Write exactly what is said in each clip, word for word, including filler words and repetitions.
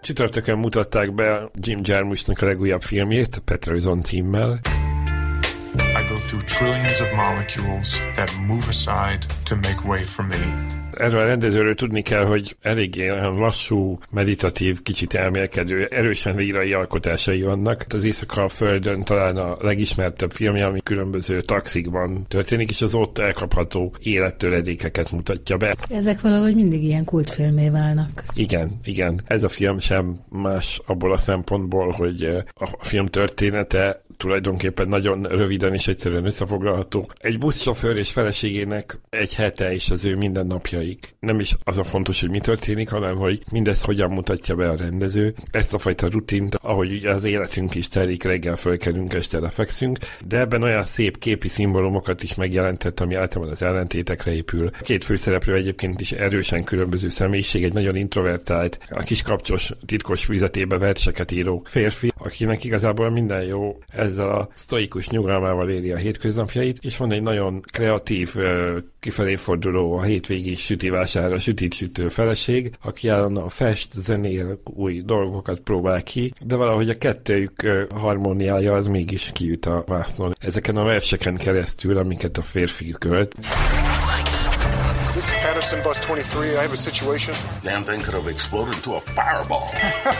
Csütörtökön mutatták be Jim Jarmuschnak a legújabb filmjét, Petrozone címmel. I go through trillions of molecules that move aside to make way for me. Erről a rendezőről tudni kell, hogy eléggé lassú, meditatív, kicsit elmélkedő, erősen lírai alkotásai vannak. Az Éjszaka a Földön talán a legismertebb filmje, ami különböző taxikban történik, és az ott elkapható élettöredékeket mutatja be. Ezek valahogy mindig ilyen kultfilmé válnak. Igen, igen. Ez a film sem más abból a szempontból, hogy a film története tulajdonképpen nagyon röviden és egyszerűen összefoglalható. Egy buszsofőr és feleségének egy hete és az ő mindennapjaik. Nem is az a fontos, hogy mi történik, hanem hogy mindez hogyan mutatja be a rendező. Ezt a fajta rutint, ahogy ugye az életünk is telik, reggel fölkelünk, este lefekszünk, de ebben olyan szép képi szimbólumokat is megjelentett, ami általában az ellentétekre épül. A két főszereplő egyébként is erősen különböző személyiség, egy nagyon introvertált, a kis kapcsos, titkos füzetébe verseket író férfi, akinek igazából minden jó, ezzel a sztoikus nyugalmával éli a hétköznapjait, és van egy nagyon kreatív, kifelé forduló, a hétvégi sütivására sütit sütő feleség, aki állandóan fest, zenél, új dolgokat próbál ki, de valahogy a kettőjük harmóniája az mégis kiüt a vásznon. Ezeken a verseken keresztül, amiket a férfi költ. This is Patterson Bus twenty-three. I have a situation. Damn thing could have exploded into a fireball.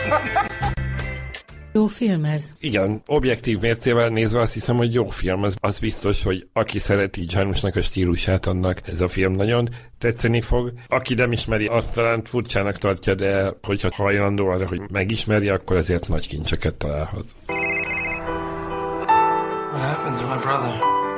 Jó film ez. Igen, objektív mércével nézve azt hiszem, hogy jó film. Az, az biztos, hogy aki szereti Jarmuschnak a stílusát, annak ez a film nagyon tetszeni fog. Aki nem ismeri, azt talán furcsának tartja, de hogyha hajlandó arra, hogy megismerje, akkor ezért nagy kincseket találhat. What happened to my brother?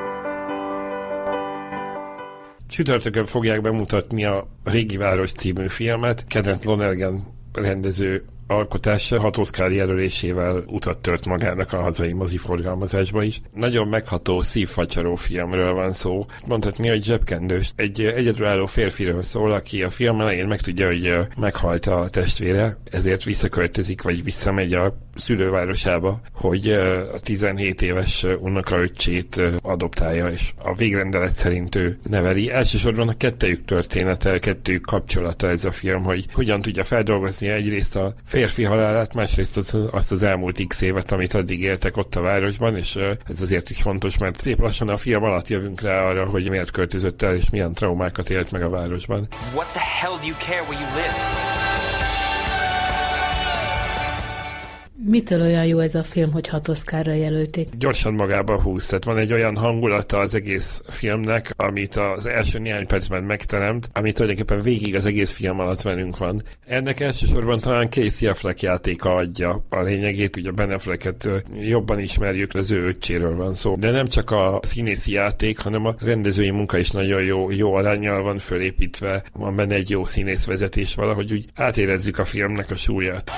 Csütörtökön fogják bemutatni a Régi Város című filmet. Kenneth Lonergan rendező alkotása hat Oscar jelölésével utat tört magának a hazai moziforgalmazásba is. Nagyon megható, szívfacsaró filmről van szó. Mondhatni, hogy zsebkendős. Egy egyedülálló férfiről szól, aki a film elején megtudja, hogy meghalt a testvére, ezért visszaköltözik, vagy visszamegy a szülővárosába, hogy a tizenhét éves unokaöccsét adoptálja, és a végrendelet szerint ő neveli. Elsősorban a kettejük története, a kettejük kapcsolata ez a film, hogy hogyan tudja feldolgozni egyrészt a férfi halálát, másrészt az, azt az elmúlt x évet, amit addig éltek ott a városban, és ez azért is fontos, mert szép lassan a film alatt jövünk rá arra, hogy miért költözött el, és milyen traumákat élt meg a városban. What the hell do you care where you live? Mitől olyan jó ez a film, hogy hat Oscarra jelölték? Gyorsan magába húz, tehát van egy olyan hangulata az egész filmnek, amit az első néhány percben megteremt, amit tulajdonképpen végig az egész film alatt velünk van. Ennek elsősorban talán Casey Affleck játéka adja a lényegét, ugye Ben Afflecket jobban ismerjük, az ő öccséről van szó. De nem csak a színészi játék, hanem a rendezői munka is nagyon jó, jó aránnyal van fölépítve, van benne egy jó színészvezetés, valahogy úgy átérezzük a filmnek a súlyát.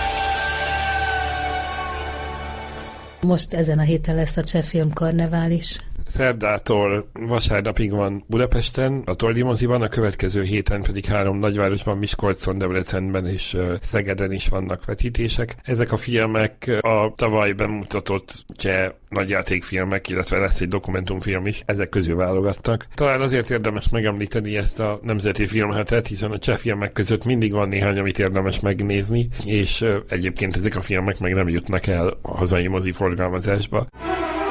Most ezen a héten lesz a Cseh Filmkarnevál is. Szerdától vasárnapig van Budapesten, a Toldi moziban, a következő héten pedig három nagyvárosban, Miskolcon, Debrecenben és Szegeden is vannak vetítések. Ezek a filmek a tavaly bemutatott cseh nagyjátékfilmek, illetve lesz egy dokumentumfilm is, ezek közül válogatnak. Talán azért érdemes megemlíteni ezt a nemzeti filmhetet, hiszen a cseh filmek között mindig van néhány, amit érdemes megnézni, és egyébként ezek a filmek meg nem jutnak el a hazai mozi forgalmazásba.